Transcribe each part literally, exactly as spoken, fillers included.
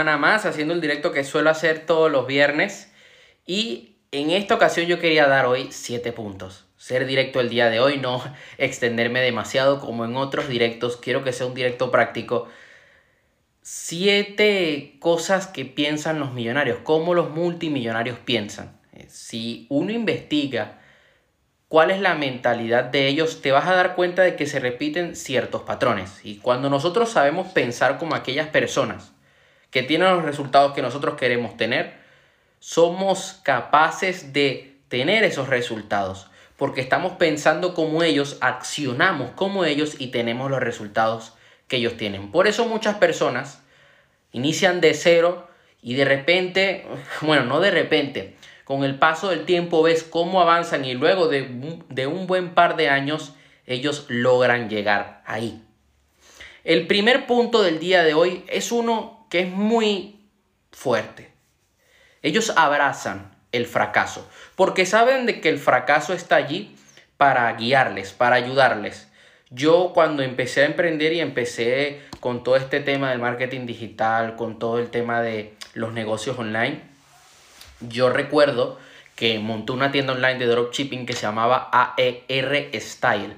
Nada más haciendo el directo que suelo hacer todos los viernes, y en esta ocasión yo quería dar hoy siete puntos. Ser directo el día de hoy, no extenderme demasiado como en otros directos. Quiero que sea un directo práctico. Siete cosas que piensan los millonarios, cómo los multimillonarios piensan. Si uno investiga cuál es la mentalidad de ellos, te vas a dar cuenta de que se repiten ciertos patrones. Y cuando nosotros sabemos pensar como aquellas personas que tienen los resultados que nosotros queremos tener, somos capaces de tener esos resultados. Porque estamos pensando como ellos, accionamos como ellos y tenemos los resultados que ellos tienen. Por eso muchas personas inician de cero y de repente, bueno, no de repente, con el paso del tiempo ves cómo avanzan y luego de, de un buen par de años ellos logran llegar ahí. El primer punto del día de hoy es uno que es muy fuerte. Ellos abrazan el fracaso porque saben de que el fracaso está allí para guiarles, para ayudarles. Yo cuando empecé a emprender y empecé con todo este tema del marketing digital, con todo el tema de los negocios online, yo recuerdo que monté una tienda online de dropshipping que se llamaba A E R Style.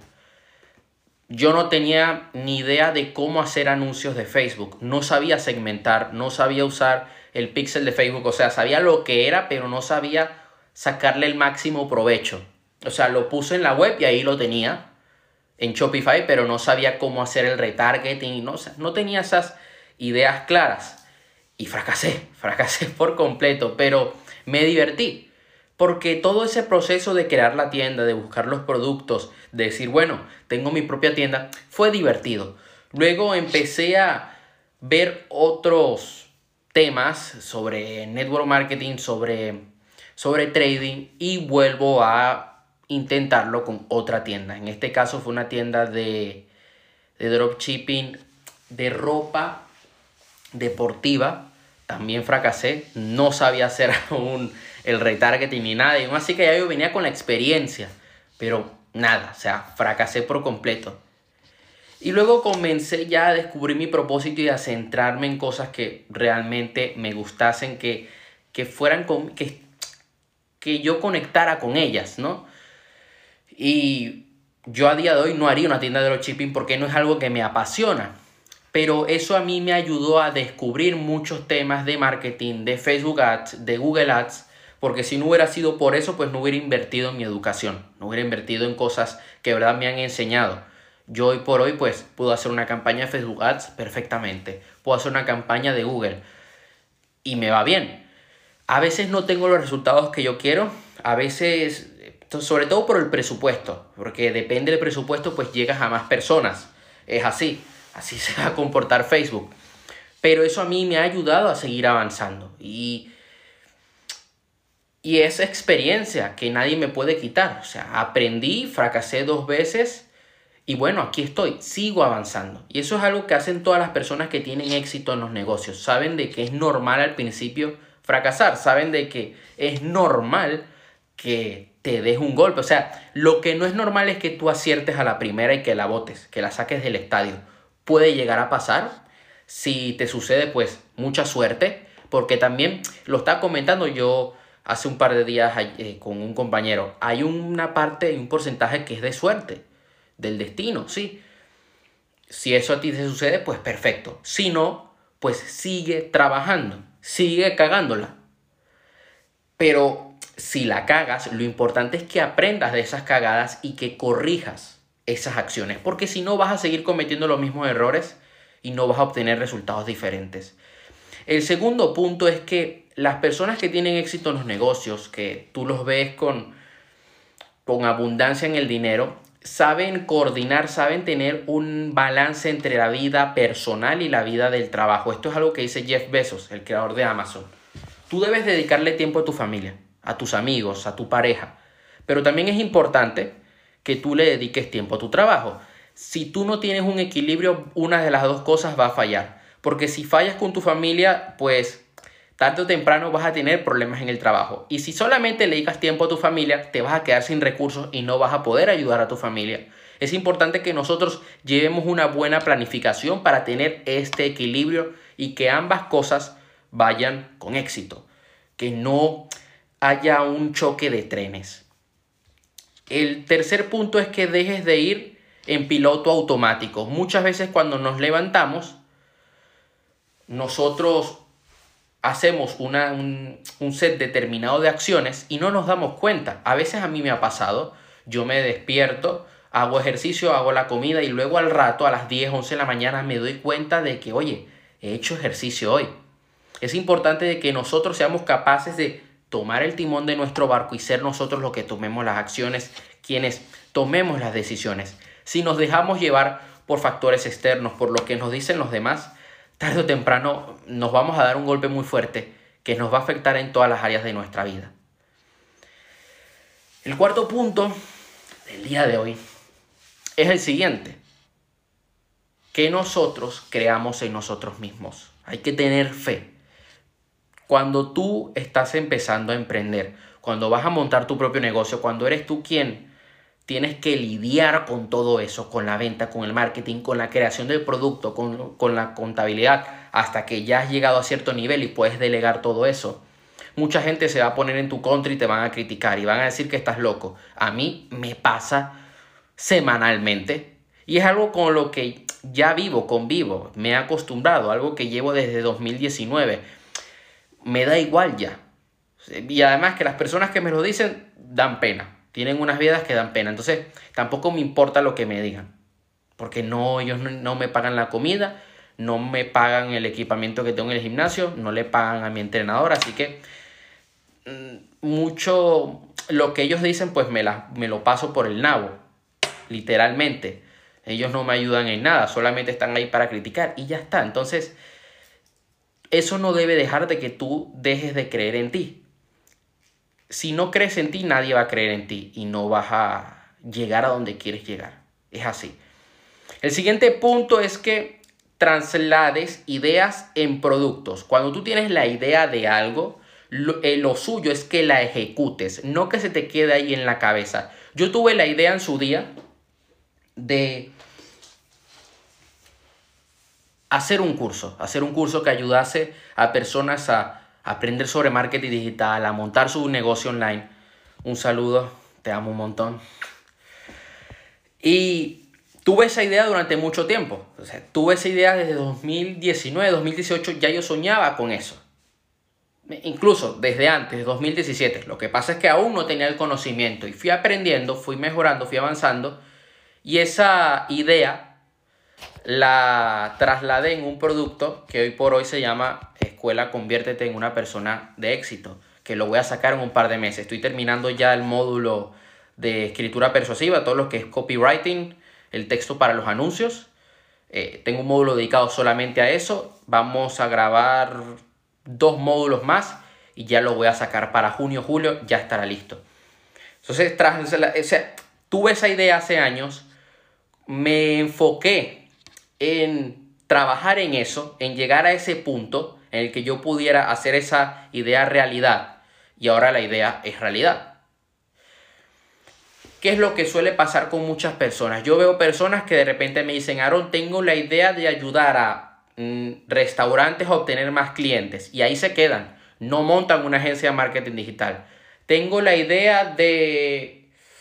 Yo no tenía ni idea de cómo hacer anuncios de Facebook. No sabía segmentar, no sabía usar el pixel de Facebook. O sea, sabía lo que era, pero no sabía sacarle el máximo provecho. O sea, lo puse en la web y ahí lo tenía en Shopify, pero no sabía cómo hacer el retargeting. No, o sea, no tenía esas ideas claras. Y fracasé, fracasé por completo, pero me divertí. Porque todo ese proceso de crear la tienda, de buscar los productos, de decir, bueno, tengo mi propia tienda, fue divertido. Luego empecé a ver otros temas sobre network marketing, sobre, sobre trading, y vuelvo a intentarlo con otra tienda. En este caso fue una tienda de, de dropshipping de ropa deportiva. También fracasé, no sabía hacer un, el retargeting ni nada, y aún así que ya yo venía con la experiencia, pero nada, o sea, fracasé por completo. Y luego comencé ya a descubrir mi propósito y a centrarme en cosas que realmente me gustasen, que, que fueran con, que, que yo conectara con ellas, ¿no? Y yo a día de hoy no haría una tienda de dropshipping porque no es algo que me apasiona. Pero eso a mí me ayudó a descubrir muchos temas de marketing, de Facebook Ads, de Google Ads, porque si no hubiera sido por eso, pues no hubiera invertido en mi educación, no hubiera invertido en cosas que de verdad me han enseñado. Yo hoy por hoy, pues, puedo hacer una campaña de Facebook Ads perfectamente, puedo hacer una campaña de Google y me va bien. A veces no tengo los resultados que yo quiero, a veces, sobre todo por el presupuesto, porque depende del presupuesto, pues llegas a más personas, es así. Así se va a comportar Facebook. Pero eso a mí me ha ayudado a seguir avanzando. Y, y esa experiencia que nadie me puede quitar. O sea, aprendí, fracasé dos veces. Y bueno, aquí estoy, sigo avanzando. Y eso es algo que hacen todas las personas que tienen éxito en los negocios. Saben de que es normal al principio fracasar. Saben de que es normal que te des un golpe. O sea, lo que no es normal es que tú aciertes a la primera y que la botes, que la saques del estadio. Puede llegar a pasar. Si te sucede, pues mucha suerte, porque también lo estaba comentando yo hace un par de días eh, con un compañero. Hay una parte y un porcentaje que es de suerte, del destino, sí. Si eso a ti te sucede, pues perfecto. Si no, pues sigue trabajando, sigue cagándola. Pero si la cagas, lo importante es que aprendas de esas cagadas y que corrijas esas acciones, porque si no vas a seguir cometiendo los mismos errores y no vas a obtener resultados diferentes. El segundo punto es que las personas que tienen éxito en los negocios, que tú los ves con, con abundancia en el dinero, saben coordinar, saben tener un balance entre la vida personal y la vida del trabajo. Esto es algo que dice Jeff Bezos, el creador de Amazon. Tú debes dedicarle tiempo a tu familia, a tus amigos, a tu pareja, pero también es importante que tú le dediques tiempo a tu trabajo. Si tú no tienes un equilibrio, una de las dos cosas va a fallar. Porque si fallas con tu familia, pues tarde o temprano vas a tener problemas en el trabajo. Y si solamente le dedicas tiempo a tu familia, te vas a quedar sin recursos y no vas a poder ayudar a tu familia. Es importante que nosotros llevemos una buena planificación para tener este equilibrio y que ambas cosas vayan con éxito, que no haya un choque de trenes. El tercer punto es que dejes de ir en piloto automático. Muchas veces cuando nos levantamos, nosotros hacemos una, un, un set determinado de acciones y no nos damos cuenta. A veces a mí me ha pasado, yo me despierto, hago ejercicio, hago la comida y luego al rato, a las diez, once de la mañana, me doy cuenta de que, oye, he hecho ejercicio hoy. Es importante de que nosotros seamos capaces de tomar el timón de nuestro barco y ser nosotros los que tomemos las acciones, quienes tomemos las decisiones. Si nos dejamos llevar por factores externos, por lo que nos dicen los demás, tarde o temprano nos vamos a dar un golpe muy fuerte que nos va a afectar en todas las áreas de nuestra vida. El cuarto punto del día de hoy es el siguiente: que nosotros creamos en nosotros mismos. Hay que tener fe. Cuando tú estás empezando a emprender, cuando vas a montar tu propio negocio, cuando eres tú quien tienes que lidiar con todo eso, con la venta, con el marketing, con la creación del producto, con, con la contabilidad, hasta que ya has llegado a cierto nivel y puedes delegar todo eso. Mucha gente se va a poner en tu contra y te van a criticar y van a decir que estás loco. A mí me pasa semanalmente y es algo con lo que ya vivo, convivo, me he acostumbrado, algo que llevo desde dos mil diecinueve. Me da igual ya. Y además que las personas que me lo dicen dan pena. Tienen unas vidas que dan pena. Entonces, tampoco me importa lo que me digan. Porque no, ellos no, no me pagan la comida, no me pagan el equipamiento que tengo en el gimnasio, no le pagan a mi entrenador. Así que mucho lo que ellos dicen, pues me, la, me lo paso por el nabo. Literalmente. Ellos no me ayudan en nada, solamente están ahí para criticar y ya está. Entonces, eso no debe dejar de que tú dejes de creer en ti. Si no crees en ti, nadie va a creer en ti y no vas a llegar a donde quieres llegar. Es así. El siguiente punto es que traslades ideas en productos. Cuando tú tienes la idea de algo, lo, eh, lo suyo es que la ejecutes, no que se te quede ahí en la cabeza. Yo tuve la idea en su día de hacer un curso, hacer un curso que ayudase a personas a aprender sobre marketing digital, a montar su negocio online. Un saludo, te amo un montón. Y tuve esa idea durante mucho tiempo. O sea, tuve esa idea desde dos mil diecinueve, dos mil dieciocho, ya yo soñaba con eso. Incluso desde antes, de dos mil diecisiete. Lo que pasa es que aún no tenía el conocimiento y fui aprendiendo, fui mejorando, fui avanzando. Y esa idea la trasladé en un producto que hoy por hoy se llama Escuela Conviértete en una persona de éxito, que lo voy a sacar en un par de meses. Estoy terminando ya el módulo de escritura persuasiva, todo lo que es copywriting, el texto para los anuncios. Eh, tengo un módulo dedicado solamente a eso. Vamos a grabar dos módulos más y ya lo voy a sacar para junio, julio, ya estará listo. Entonces, tras, o sea, tuve esa idea hace años, me enfoqué en trabajar en eso, en llegar a ese punto en el que yo pudiera hacer esa idea realidad. Y ahora la idea es realidad. ¿Qué es lo que suele pasar con muchas personas? Yo veo personas que de repente me dicen: Aaron, tengo la idea de ayudar a mm, restaurantes a obtener más clientes. Y ahí se quedan. No montan una agencia de marketing digital. Tengo la idea de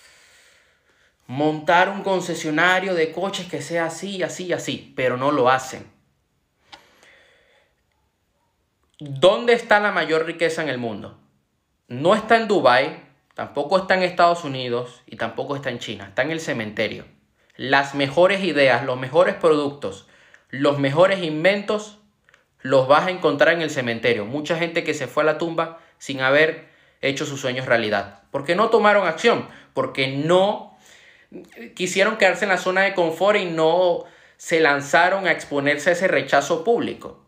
montar un concesionario de coches que sea así, así, así, pero no lo hacen. ¿Dónde está la mayor riqueza en el mundo? No está en Dubái, tampoco está en Estados Unidos y tampoco está en China, está en el cementerio. Las mejores ideas, los mejores productos, los mejores inventos los vas a encontrar en el cementerio. Mucha gente que se fue a la tumba sin haber hecho sus sueños realidad. ¿Por qué no tomaron acción? Porque no quisieron quedarse en la zona de confort y no se lanzaron a exponerse a ese rechazo público.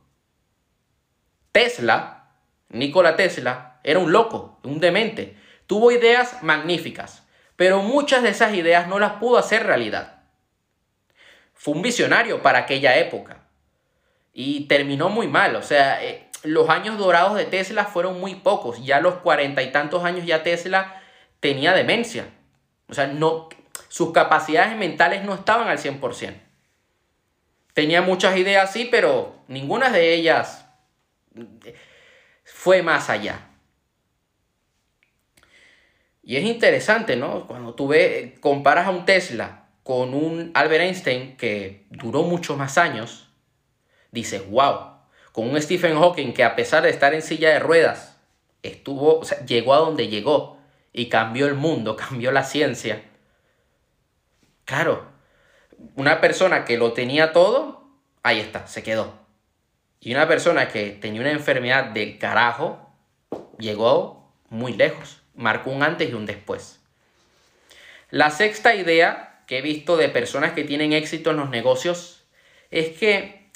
Tesla, Nikola Tesla, era un loco, un demente. Tuvo ideas magníficas, pero muchas de esas ideas no las pudo hacer realidad. Fue un visionario para aquella época y terminó muy mal. O sea, eh, los años dorados de Tesla fueron muy pocos. Ya a los cuarenta y tantos años ya Tesla tenía demencia. O sea, no... sus capacidades mentales no estaban al cien por ciento. Tenía muchas ideas, sí, pero ninguna de ellas fue más allá. Y es interesante, ¿no? Cuando tú ves, comparas a un Tesla con un Albert Einstein que duró muchos más años, dices, wow, con un Stephen Hawking que a pesar de estar en silla de ruedas, estuvo, o sea, llegó a donde llegó y cambió el mundo, cambió la ciencia. Claro, una persona que lo tenía todo, ahí está, se quedó. Y una persona que tenía una enfermedad del carajo, llegó muy lejos. Marcó un antes y un después. La sexta idea que he visto de personas que tienen éxito en los negocios es que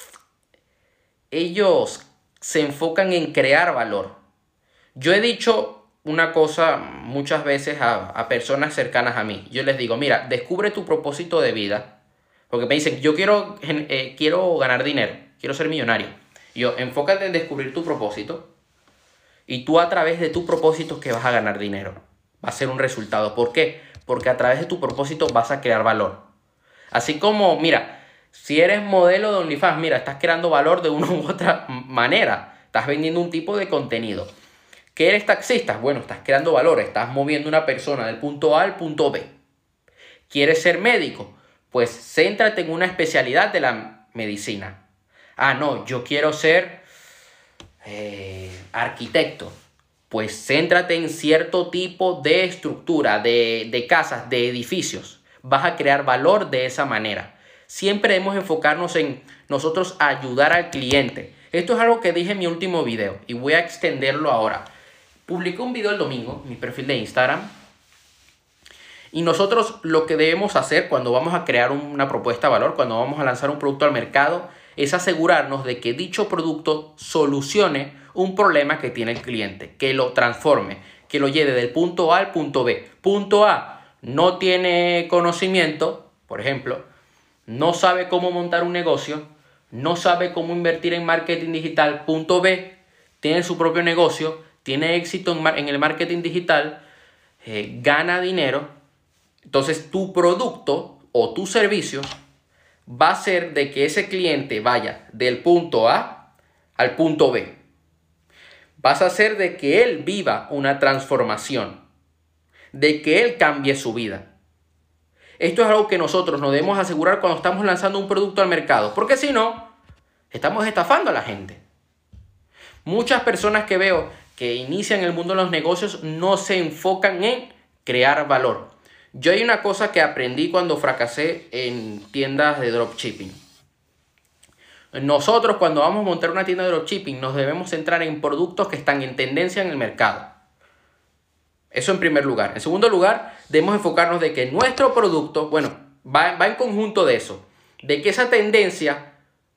ellos se enfocan en crear valor. Yo he dicho una cosa muchas veces a, a personas cercanas a mí. Yo les digo, mira, descubre tu propósito de vida. Porque me dicen, yo quiero, eh, quiero ganar dinero, quiero ser millonario. Y yo, enfócate en descubrir tu propósito. Y tú a través de tu propósito es que vas a ganar dinero. Va a ser un resultado. ¿Por qué? Porque a través de tu propósito vas a crear valor. Así como, mira, si eres modelo de OnlyFans, mira, estás creando valor de una u otra manera. Estás vendiendo un tipo de contenido. ¿Qué eres taxista? Bueno, estás creando valor. Estás moviendo una persona del punto A al punto B. ¿Quieres ser médico? Pues céntrate en una especialidad de la medicina. Ah, no, yo quiero ser Eh, arquitecto, pues céntrate en cierto tipo de estructura, de, de casas, de edificios. Vas a crear valor de esa manera. Siempre debemos enfocarnos en nosotros ayudar al cliente. Esto es algo que dije en mi último video y voy a extenderlo ahora. Publiqué un video el domingo en mi perfil de Instagram. Y nosotros lo que debemos hacer cuando vamos a crear una propuesta de valor, cuando vamos a lanzar un producto al mercado, es asegurarnos de que dicho producto solucione un problema que tiene el cliente, que lo transforme, que lo lleve del punto A al punto B. Punto A, no tiene conocimiento, por ejemplo, no sabe cómo montar un negocio, no sabe cómo invertir en marketing digital. Punto B, tiene su propio negocio, tiene éxito en, en el marketing digital, eh, gana dinero. Entonces tu producto o tu servicio va a ser de que ese cliente vaya del punto A al punto B. Vas a hacer de que él viva una transformación, de que él cambie su vida. Esto es algo que nosotros nos debemos asegurar cuando estamos lanzando un producto al mercado, porque si no, estamos estafando a la gente. Muchas personas que veo que inician el mundo de los negocios no se enfocan en crear valor. Yo hay una cosa que aprendí cuando fracasé en tiendas de dropshipping. Nosotros cuando vamos a montar una tienda de dropshipping nos debemos centrar en productos que están en tendencia en el mercado. Eso en primer lugar. En segundo lugar, debemos enfocarnos de que nuestro producto, bueno, va, va en conjunto de eso. De que esa tendencia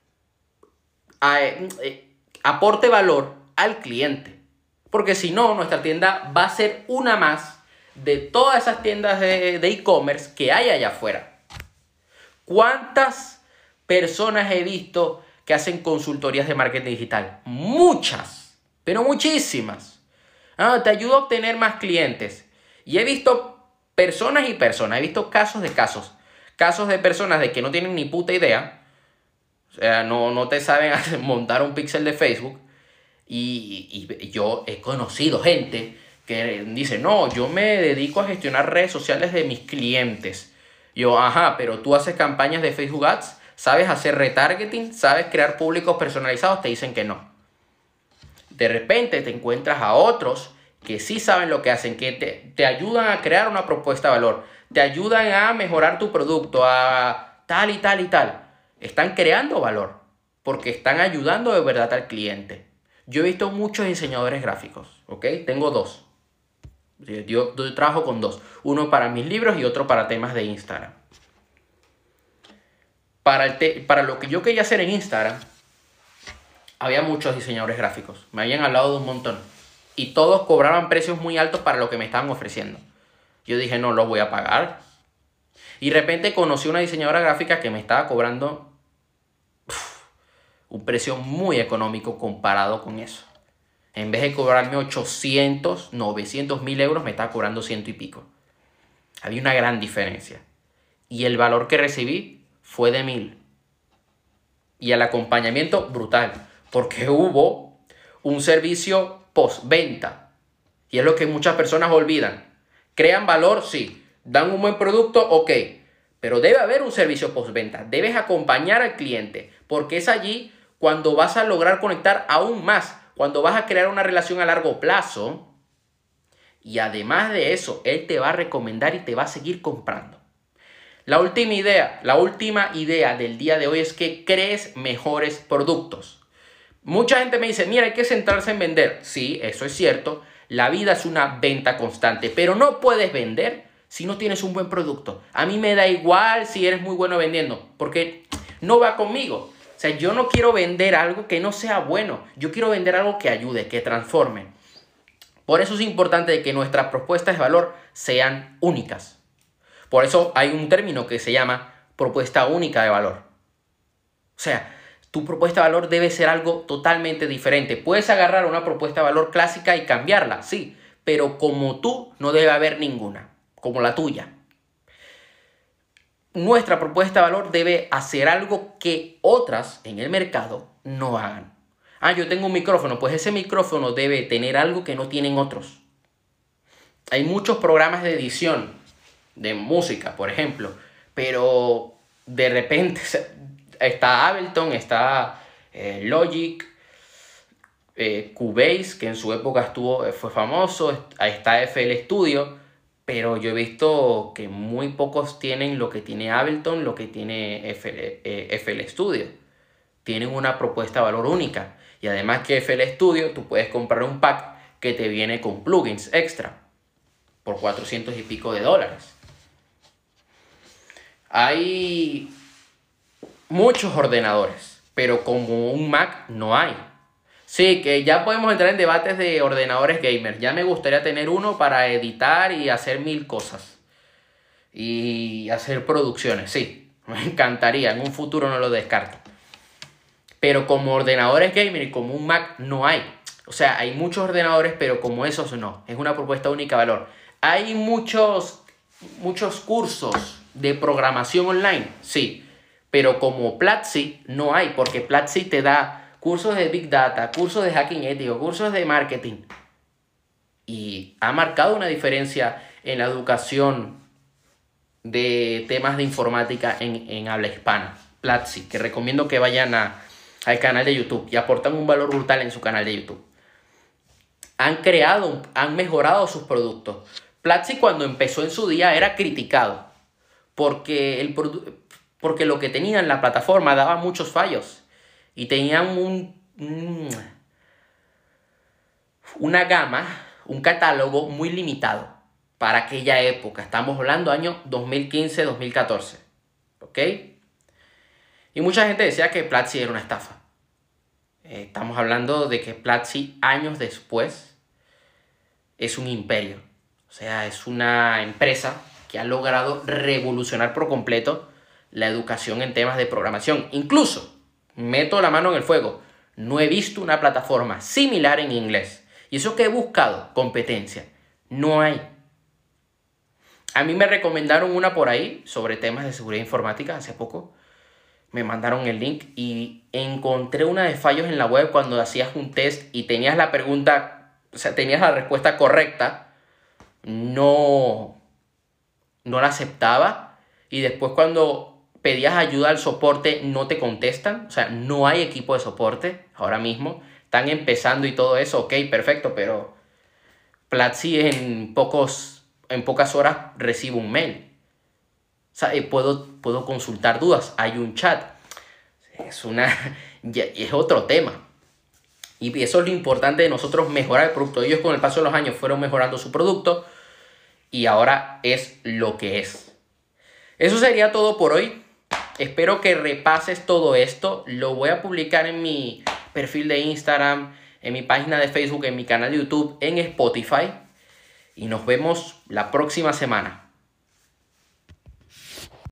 eh, eh, aporte valor al cliente. Porque si no, nuestra tienda va a ser una más de todas esas tiendas de e-commerce que hay allá afuera. ¿Cuántas personas he visto que hacen consultorías de marketing digital? Muchas, pero muchísimas. Ah, te ayuda a obtener más clientes. Y he visto personas y personas, he visto casos de casos. Casos de personas de que no tienen ni puta idea. O sea, no, no te saben montar un píxel de Facebook. Y, y yo he conocido gente que dice, no, yo me dedico a gestionar redes sociales de mis clientes. Yo, ajá, pero tú haces campañas de Facebook Ads, sabes hacer retargeting, sabes crear públicos personalizados. Te dicen que no. De repente te encuentras a otros que sí saben lo que hacen, que te, te ayudan a crear una propuesta de valor, te ayudan a mejorar tu producto, a tal y tal y tal. Están creando valor porque están ayudando de verdad al cliente. Yo he visto muchos diseñadores gráficos, ¿ok? Tengo dos. Yo, yo trabajo con dos. Uno para mis libros y otro para temas de Instagram. Para, el te para lo que yo quería hacer en Instagram, había muchos diseñadores gráficos. Me habían hablado de un montón. Y todos cobraban precios muy altos para lo que me estaban ofreciendo. Yo dije, no, los voy a pagar. Y de repente conocí una diseñadora gráfica que me estaba cobrando uf, un precio muy económico comparado con eso. En vez de cobrarme ochocientos, novecientos mil euros, me estaba cobrando ciento y pico. Había una gran diferencia. Y el valor que recibí fue de mil. Y el acompañamiento brutal. Porque hubo un servicio postventa. Y es lo que muchas personas olvidan. Crean valor, sí. Dan un buen producto, ok. Pero debe haber un servicio postventa. Debes acompañar al cliente, porque es allí cuando vas a lograr conectar aún más, cuando vas a crear una relación a largo plazo. Y además de eso, él te va a recomendar y te va a seguir comprando. La última idea, la última idea del día de hoy es que crees mejores productos. Mucha gente me dice, mira, hay que centrarse en vender. Sí, eso es cierto. La vida es una venta constante, pero no puedes vender si no tienes un buen producto. A mí me da igual si eres muy bueno vendiendo, porque no va conmigo. O sea, yo no quiero vender algo que no sea bueno. Yo quiero vender algo que ayude, que transforme. Por eso es importante que nuestras propuestas de valor sean únicas. Por eso hay un término que se llama propuesta única de valor. O sea, tu propuesta de valor debe ser algo totalmente diferente. Puedes agarrar una propuesta de valor clásica y cambiarla, sí, pero como tú no debe haber ninguna, como la tuya. Nuestra propuesta de valor debe hacer algo que otras en el mercado no hagan. Ah, yo tengo un micrófono, pues ese micrófono debe tener algo que no tienen otros. Hay muchos programas de edición de música, por ejemplo, pero de repente está Ableton, está eh, Logic, eh, Cubase, que en su época estuvo, fue famoso, está F L Studio, pero yo he visto que muy pocos tienen lo que tiene Ableton, lo que tiene F L, eh, F L Studio. Tienen una propuesta de valor única. Y además que F L Studio, tú puedes comprar un pack que te viene con plugins extra por cuatrocientos y pico de dólares. Hay muchos ordenadores, pero como un Mac no hay. Sí, que ya podemos entrar en debates de ordenadores gamer. Ya me gustaría tener uno para editar y hacer mil cosas. Y hacer producciones, sí. Me encantaría, en un futuro no lo descarto. Pero como ordenadores gamer y como un Mac no hay. O sea, hay muchos ordenadores, pero como esos no. Es una propuesta única de valor. Hay muchos, muchos cursos de programación online, sí. Pero como Platzi no hay, porque Platzi te da cursos de Big Data, cursos de hacking ético, cursos de marketing. Y ha marcado una diferencia en la educación de temas de informática en, en habla hispana. Platzi, que recomiendo que vayan a, al canal de YouTube y aportan un valor brutal en su canal de YouTube. Han creado, han mejorado sus productos. Platzi cuando empezó en su día era criticado porque, el, porque lo que tenía en la plataforma daba muchos fallos y tenían un, un, una gama, un catálogo muy limitado para aquella época. Estamos hablando año dos mil quince, dos mil catorce. ¿Ok? Y mucha gente decía que Platzi era una estafa. Eh, estamos hablando de que Platzi años después es un imperio. O sea, es una empresa que ha logrado revolucionar por completo la educación en temas de programación. Incluso, meto la mano en el fuego, no he visto una plataforma similar en inglés. Y eso que he buscado, competencia, no hay. A mí me recomendaron una por ahí sobre temas de seguridad informática hace poco. Me mandaron el link y encontré una de fallos en la web cuando hacías un test y tenías la pregunta, o sea, tenías la respuesta correcta. No, no la aceptaba y después cuando pedías ayuda al soporte no te contestan, o sea, no hay equipo de soporte ahora mismo, están empezando y todo eso, ok, perfecto, pero Platzi en, pocos, en pocas horas recibe un mail, o sea, puedo, puedo consultar dudas, hay un chat, es, una, es otro tema. Y eso es lo importante de nosotros, mejorar el producto. Ellos con el paso de los años fueron mejorando su producto y ahora es lo que es. Eso sería todo por hoy. Espero que repases todo esto. Lo voy a publicar en mi perfil de Instagram, en mi página de Facebook, en mi canal de YouTube, en Spotify. Y nos vemos la próxima semana.